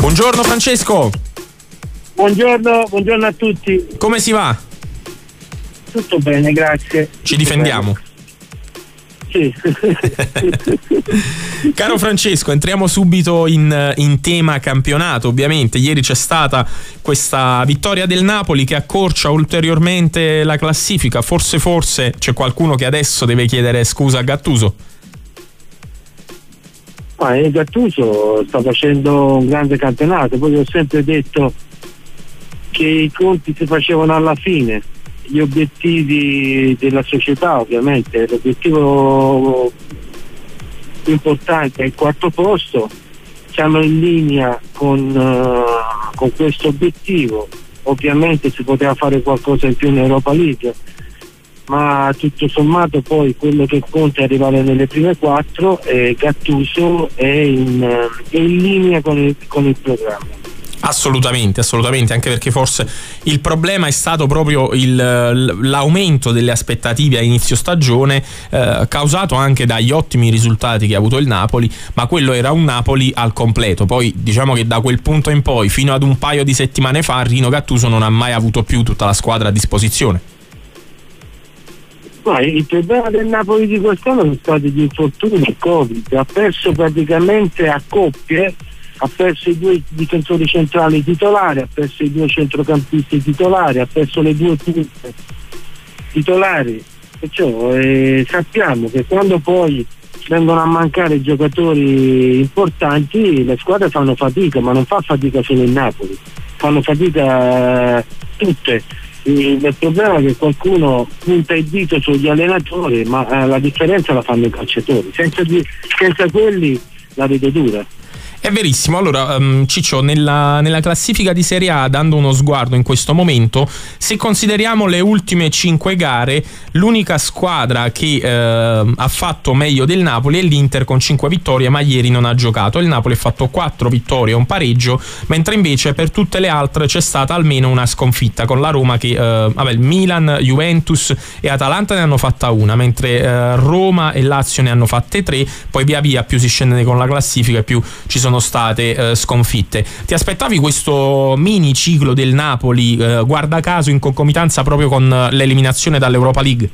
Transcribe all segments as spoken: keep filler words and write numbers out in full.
Buongiorno Francesco. Buongiorno, buongiorno a tutti. Come si va? Tutto bene, grazie. Ci difendiamo. Sì. Caro Francesco, entriamo subito in, in tema campionato. Ovviamente ieri c'è stata questa vittoria del Napoli che accorcia ulteriormente la classifica. Forse forse c'è qualcuno che adesso deve chiedere scusa a Gattuso. Ma il Gattuso sta facendo un grande campionato. Poi ho sempre detto che i conti si facevano alla fine. Gli obiettivi della società, ovviamente, l'obiettivo più importante è il quarto posto, siamo in linea con, uh, con questo obiettivo. Ovviamente si poteva fare qualcosa in più in Europa League, ma tutto sommato poi quello che conta è arrivare nelle prime quattro e Gattuso è in, uh, è in linea con il, con il programma. Assolutamente, assolutamente, anche perché forse il problema è stato proprio il, l'aumento delle aspettative a inizio stagione, eh, causato anche dagli ottimi risultati che ha avuto il Napoli, ma quello era un Napoli al completo. Poi diciamo che da quel punto in poi, fino ad un paio di settimane fa, Rino Gattuso non ha mai avuto più tutta la squadra a disposizione. Ma il problema del Napoli di quest'anno sono stati gli infortuni e Covid, ha perso praticamente a coppie. Ha perso i due difensori centrali titolari, ha perso i due centrocampisti titolari, ha perso le due punte titolari. Perciò eh, sappiamo che quando poi vengono a mancare i giocatori importanti le squadre fanno fatica, ma non fa fatica solo il Napoli, fanno fatica eh, tutte. Il problema è che qualcuno punta il dito sugli allenatori, ma eh, la differenza la fanno i calciatori. Senza, di, senza quelli la vedo dura. È verissimo. Allora um, Ciccio, nella, nella classifica di Serie A, dando uno sguardo in questo momento, se consideriamo le ultime cinque gare, l'unica squadra che eh, ha fatto meglio del Napoli è l'Inter con cinque vittorie, ma ieri non ha giocato. Il Napoli ha fatto quattro vittorie e un pareggio, mentre invece per tutte le altre c'è stata almeno una sconfitta, con la Roma che eh, vabbè, il Milan, Juventus e Atalanta ne hanno fatta una, mentre eh, Roma e Lazio ne hanno fatte tre. Poi via via più si scende con la classifica e più ci sono sono state eh, sconfitte. Ti aspettavi questo mini ciclo del Napoli, eh, guarda caso in concomitanza proprio con l'eliminazione dall'Europa League?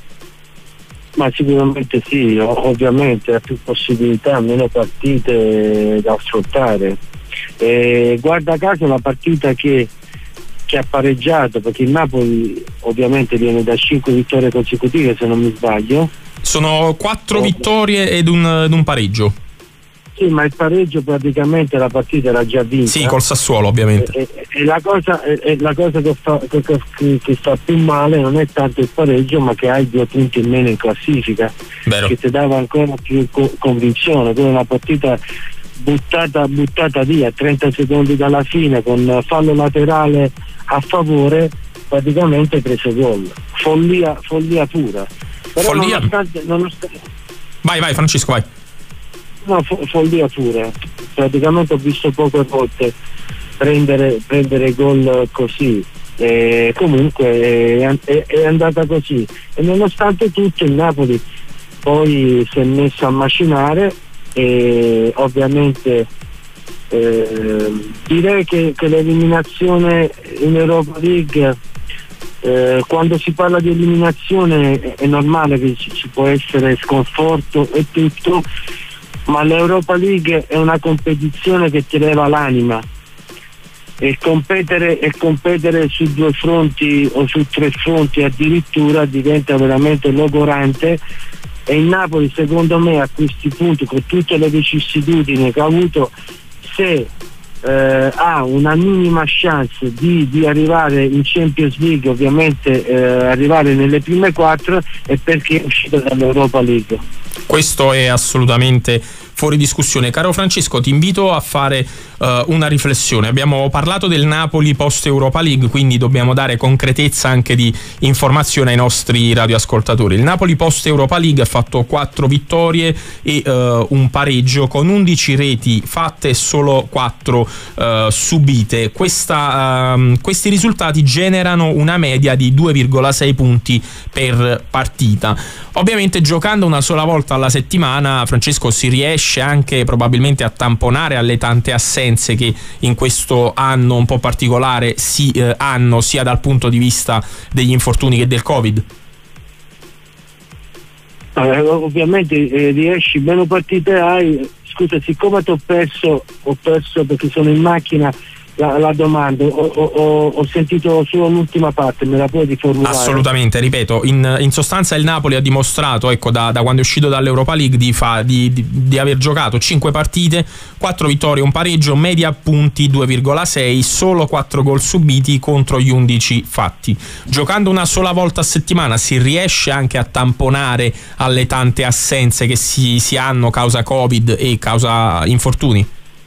Ma sicuramente sì, ovviamente ha più possibilità, meno partite da affrontare. E guarda caso la partita che, che ha pareggiato, perché il Napoli ovviamente viene da cinque vittorie consecutive se non mi sbaglio. Sono quattro oh. vittorie ed un, ed un pareggio. Sì, ma il pareggio praticamente la partita era già vinta. Sì, col Sassuolo ovviamente. E, e, e la cosa, e, e la cosa che, fa, che, che, che fa più male non è tanto il pareggio, ma che hai due punti in meno in classifica. Vero. Che ti dava ancora più co- convinzione. Quella è una partita buttata, buttata via, trenta secondi dalla fine, con fallo laterale a favore, praticamente preso gol. Follia, follia pura. Però follia. Nonostante, nonostante... Vai, vai Francesco, vai. No, fo- follia pure, praticamente ho visto poche volte prendere, prendere gol così, e comunque è, è, è andata così e nonostante tutto il Napoli poi si è messo a macinare e ovviamente eh, direi che, che l'eliminazione in Europa League, eh, quando si parla di eliminazione è, è normale che ci, ci può essere sconforto e tutto, ma l'Europa League è una competizione che ti leva l'anima e competere, e competere su due fronti o su tre fronti addirittura diventa veramente logorante e il Napoli secondo me a questi punti, con tutte le vicissitudini che ha avuto, se eh, ha una minima chance di, di arrivare in Champions League, ovviamente eh, arrivare nelle prime quattro, è perché è uscito dall'Europa League. Questo è assolutamente fuori discussione. Caro Francesco, ti invito a fare uh, una riflessione. Abbiamo parlato del Napoli post Europa League, quindi dobbiamo dare concretezza anche di informazione ai nostri radioascoltatori. Il Napoli post Europa League ha fatto quattro vittorie e uh, un pareggio, con undici reti fatte e solo quattro uh, subite. Questa, uh, questi risultati generano una media di due virgola sei punti per partita. Ovviamente giocando una sola volta volta alla settimana, Francesco, si riesce anche probabilmente a tamponare alle tante assenze che in questo anno un po' particolare si eh, hanno, sia dal punto di vista degli infortuni che del Covid? Eh, ovviamente eh, riesci, meno partite hai. Scusa, siccome ti ho perso, ho perso perché sono in macchina la, la domanda, ho, ho, ho sentito solo l'ultima parte, me la puoi riformulare? Assolutamente, ripeto, in, in sostanza il Napoli ha dimostrato, ecco, da, da quando è uscito dall'Europa League di, fa, di, di, di aver giocato cinque partite, quattro vittorie, un pareggio, media punti due virgola sei, solo quattro gol subiti contro gli undici fatti. Giocando una sola volta a settimana si riesce anche a tamponare alle tante assenze che si, si hanno causa Covid e causa infortuni?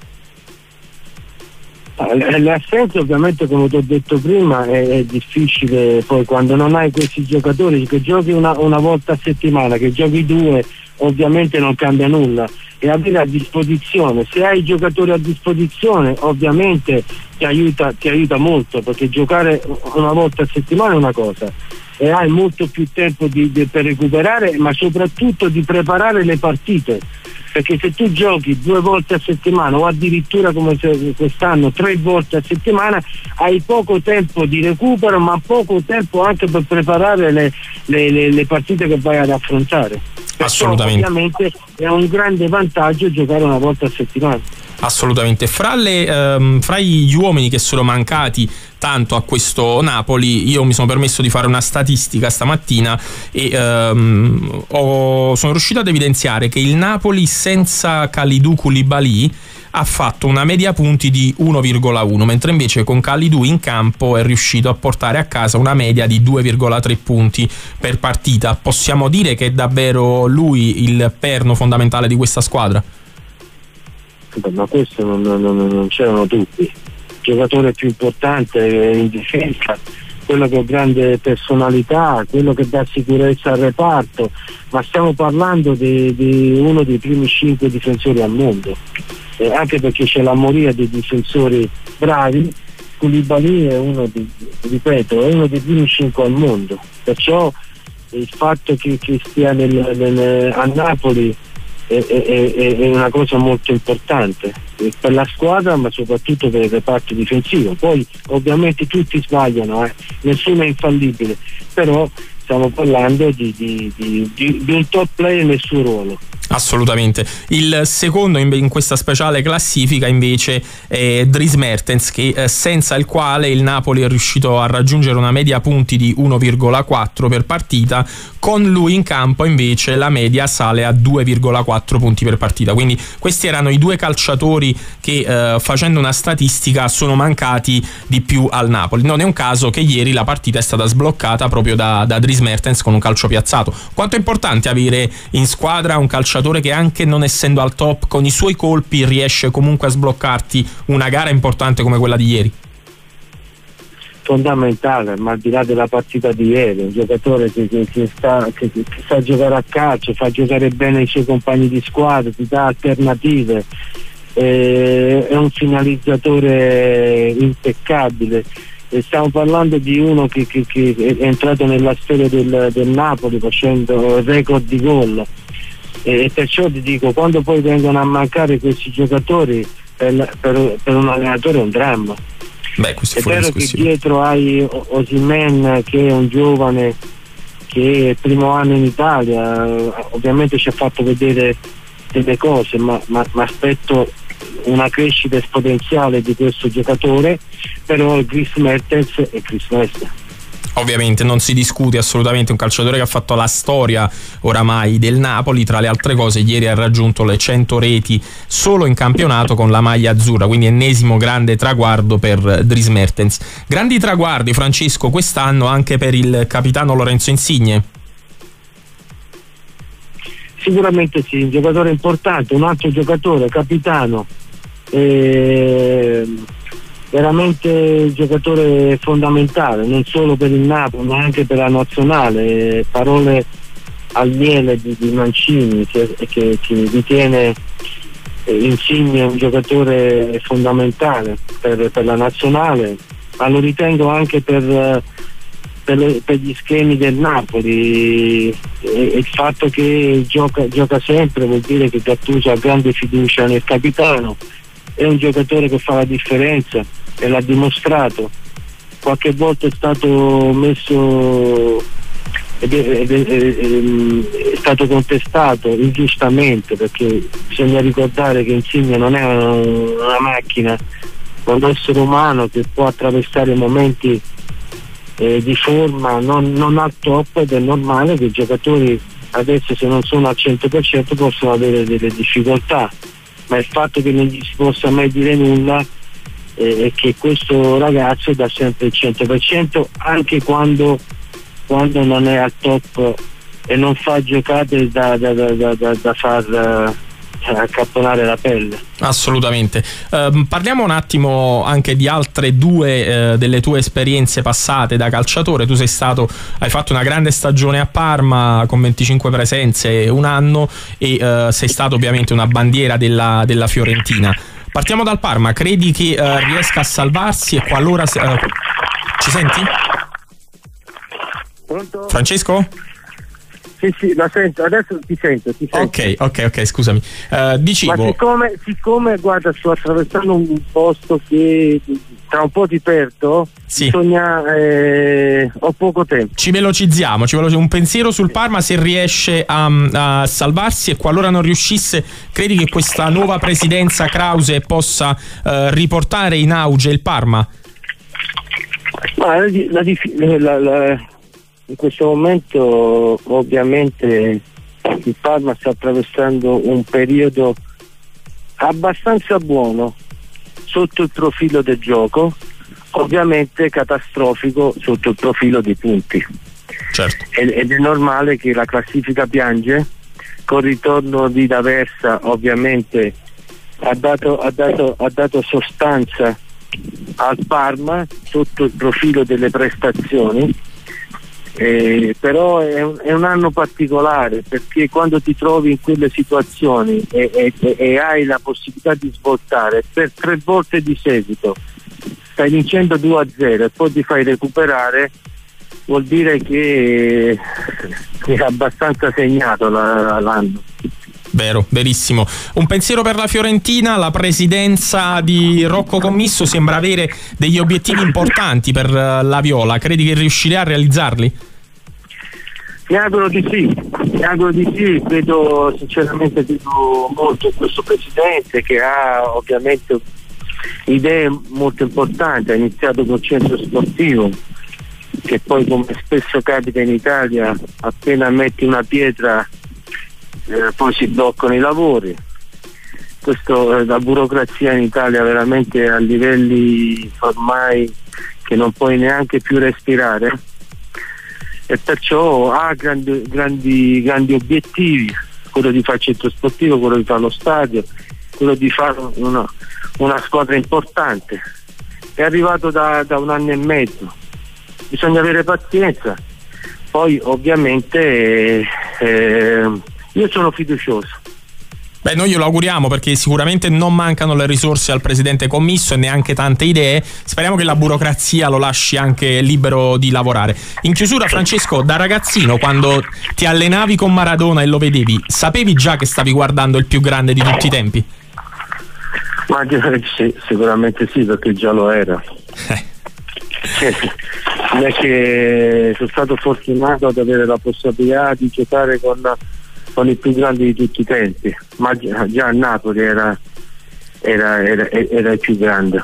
Le assenze ovviamente, come ti ho detto prima, è, è difficile poi quando non hai questi giocatori che giochi una, una volta a settimana, che giochi due, ovviamente non cambia nulla, e avere a disposizione, se hai i giocatori a disposizione ovviamente ti aiuta, ti aiuta molto, perché giocare una volta a settimana è una cosa e hai molto più tempo di, di, per recuperare, ma soprattutto di preparare le partite, perché se tu giochi due volte a settimana o addirittura come se quest'anno tre volte a settimana hai poco tempo di recupero, ma poco tempo anche per preparare le, le, le, le partite che vai ad affrontare. Perciò, assolutamente, ovviamente è un grande vantaggio giocare una volta a settimana. Assolutamente. Fra, le, ehm, fra gli uomini che sono mancati tanto a questo Napoli, io mi sono permesso di fare una statistica stamattina e ehm, ho, sono riuscito ad evidenziare che il Napoli senza Kalidou Koulibaly ha fatto una media punti di uno virgola uno, mentre invece con Kalidou in campo è riuscito a portare a casa una media di due virgola tre punti per partita. Possiamo dire che è davvero lui il perno fondamentale di questa squadra? Ma questo non, non, non c'erano dubbi. Il giocatore più importante in difesa, quello che ha grande personalità, quello che dà sicurezza al reparto, ma stiamo parlando di, di uno dei primi cinque difensori al mondo, eh, anche perché c'è la moria dei difensori bravi. Koulibaly è uno di, ripeto, è uno dei primi cinque al mondo, perciò il fatto che, che stia nel, nel, a Napoli È, è, è una cosa molto importante per la squadra, ma soprattutto per il reparto difensivo. Poi ovviamente tutti sbagliano, eh? Nessuno è infallibile, però stiamo parlando di, di, di, di, di un top player nel suo ruolo. Assolutamente. Il secondo in, in questa speciale classifica invece è Dries Mertens, che eh, senza il quale il Napoli è riuscito a raggiungere una media punti di uno virgola quattro per partita. Con lui in campo invece la media sale a due virgola quattro punti per partita. Quindi questi erano i due calciatori che eh, facendo una statistica sono mancati di più al Napoli. Non è un caso che ieri la partita è stata sbloccata proprio da, da Dries Mertens con un calcio piazzato. Quanto è importante avere in squadra un calciatore che anche non essendo al top con i suoi colpi riesce comunque a sbloccarti una gara importante come quella di ieri? Fondamentale, ma al di là della partita di ieri, un giocatore che, che, che, sta, che, che sa giocare a calcio, fa giocare bene i suoi compagni di squadra, ti dà alternative, eh, è un finalizzatore impeccabile. E stiamo parlando di uno che, che, che è entrato nella storia del, del Napoli facendo record di gol, e perciò ti dico, quando poi vengono a mancare questi giocatori per, per, per un allenatore è un dramma. Beh, questo è vero che dietro hai Osimhen, che è un giovane che è il primo anno in Italia, ovviamente ci ha fatto vedere delle cose, ma, ma, ma aspetto una crescita esponenziale di questo giocatore, però Dries Mertens è Dries Mertens. Ovviamente non si discute assolutamente, un calciatore che ha fatto la storia oramai del Napoli. Tra le altre cose ieri ha raggiunto le cento reti solo in campionato con la maglia azzurra, quindi ennesimo grande traguardo per Dries Mertens. Grandi traguardi, Francesco, quest'anno anche per il capitano Lorenzo Insigne? Sicuramente sì, un giocatore importante, un altro giocatore, capitano, eh, veramente un giocatore fondamentale, non solo per il Napoli ma anche per la nazionale. Parole al miele di, di Mancini, che, che, che ritiene eh, Insigne un giocatore fondamentale per, per la nazionale, ma lo ritengo anche per, per, le, per gli schemi del Napoli, e, e il fatto che gioca, gioca sempre vuol dire che Gattuso ha grande fiducia nel capitano, è un giocatore che fa la differenza e l'ha dimostrato. Qualche volta è stato messo ed è, ed è, è, è stato contestato ingiustamente, perché bisogna ricordare che Insigne non è una, una macchina, è un essere umano che può attraversare momenti eh, di forma non, non al top, ed è normale che i giocatori adesso, se non sono al cento per cento, possono avere delle difficoltà, ma il fatto che non gli si possa mai dire nulla eh, è che questo ragazzo dà sempre il cento per cento anche quando, quando non è al top e non fa giocate da, da, da, da, da, da far accapponare la pelle. Assolutamente. Uh, parliamo un attimo anche di altre due uh, delle tue esperienze passate da calciatore. Tu sei stato, hai fatto una grande stagione a Parma con venticinque presenze, un anno, e uh, sei stato ovviamente una bandiera della, della Fiorentina. Partiamo dal Parma. Credi che uh, riesca a salvarsi, e qualora se, uh, ci senti? Pronto? Francesco? Sì, sì, la sento, adesso ti sento, ti sento. Ok, ok, ok, scusami. Uh, dicevo... Ma siccome, siccome, guarda, sto attraversando un posto che tra un po' ti perdo, sì. bisogna... Eh, ho poco tempo. Ci velocizziamo, ci velocizziamo. Un pensiero sul Parma, se riesce a, a salvarsi, e qualora non riuscisse, credi che questa nuova presidenza Krause possa uh, riportare in auge il Parma? Ma la, la, la, la, in questo momento ovviamente il Parma sta attraversando un periodo abbastanza buono sotto il profilo del gioco, ovviamente catastrofico sotto il profilo dei punti. Certo. Ed, ed è normale che la classifica piange. Col ritorno di D'Aversa ovviamente ha dato, ha dato, ha dato sostanza al Parma sotto il profilo delle prestazioni. Eh, però è un, è un anno particolare, perché quando ti trovi in quelle situazioni e, e, e hai la possibilità di svoltare per tre volte di seguito, stai vincendo due a zero e poi ti fai recuperare, vuol dire che, che è abbastanza segnato la, l'anno. Vero, verissimo. Un pensiero per la Fiorentina. La presidenza di Rocco Commisso sembra avere degli obiettivi importanti per la Viola. Credi che riuscirà a realizzarli? Mi auguro di sì, mi auguro di sì, credo sinceramente credo molto in questo presidente, che ha ovviamente idee molto importanti. Ha iniziato col centro sportivo, che poi, come spesso capita in Italia, appena metti una pietra Eh, poi si bloccano i lavori. Questo, eh, la burocrazia in Italia veramente a livelli ormai che non puoi neanche più respirare, e perciò ha grandi, grandi, grandi obiettivi, quello di fare il centro sportivo, quello di fare lo stadio, quello di fare una, una squadra importante. È arrivato da, da un anno e mezzo, bisogna avere pazienza. Poi ovviamente eh, eh, io sono fiducioso. Beh, noi glielo auguriamo, perché sicuramente non mancano le risorse al presidente Commisso e neanche tante idee. Speriamo che la burocrazia lo lasci anche libero di lavorare. In chiusura, Francesco, da ragazzino, quando ti allenavi con Maradona e lo vedevi, sapevi già che stavi guardando il più grande di tutti i tempi? Ma sì, sicuramente sì, perché già lo era. Eh. Non è che sono stato fortunato ad avere la possibilità di giocare con con i più grandi di tutti i tempi, ma già, già a Napoli era, era, era, era il più grande.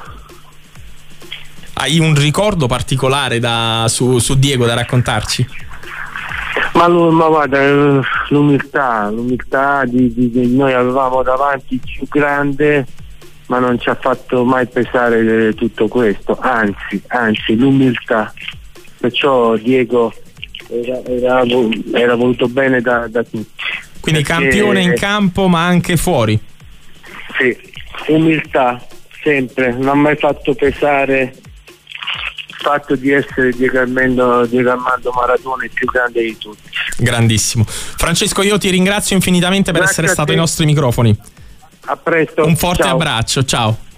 Hai un ricordo particolare da, su, su Diego da raccontarci? Ma, lo, ma guarda, l'umiltà, l'umiltà di, di, di noi avevamo davanti il più grande, ma non ci ha fatto mai pesare tutto questo, anzi, anzi l'umiltà. Perciò Diego Era, era, era voluto bene da, da tutti. Quindi perché, campione in campo ma anche fuori. Sì, umiltà sempre, non ha mai fatto pesare il fatto di essere Diego Armando, Diego Armando Maradona, il più grande di tutti. Grandissimo. Francesco, io ti ringrazio infinitamente per Grazie essere stato ai nostri microfoni. A presto. Un forte ciao. abbraccio, ciao.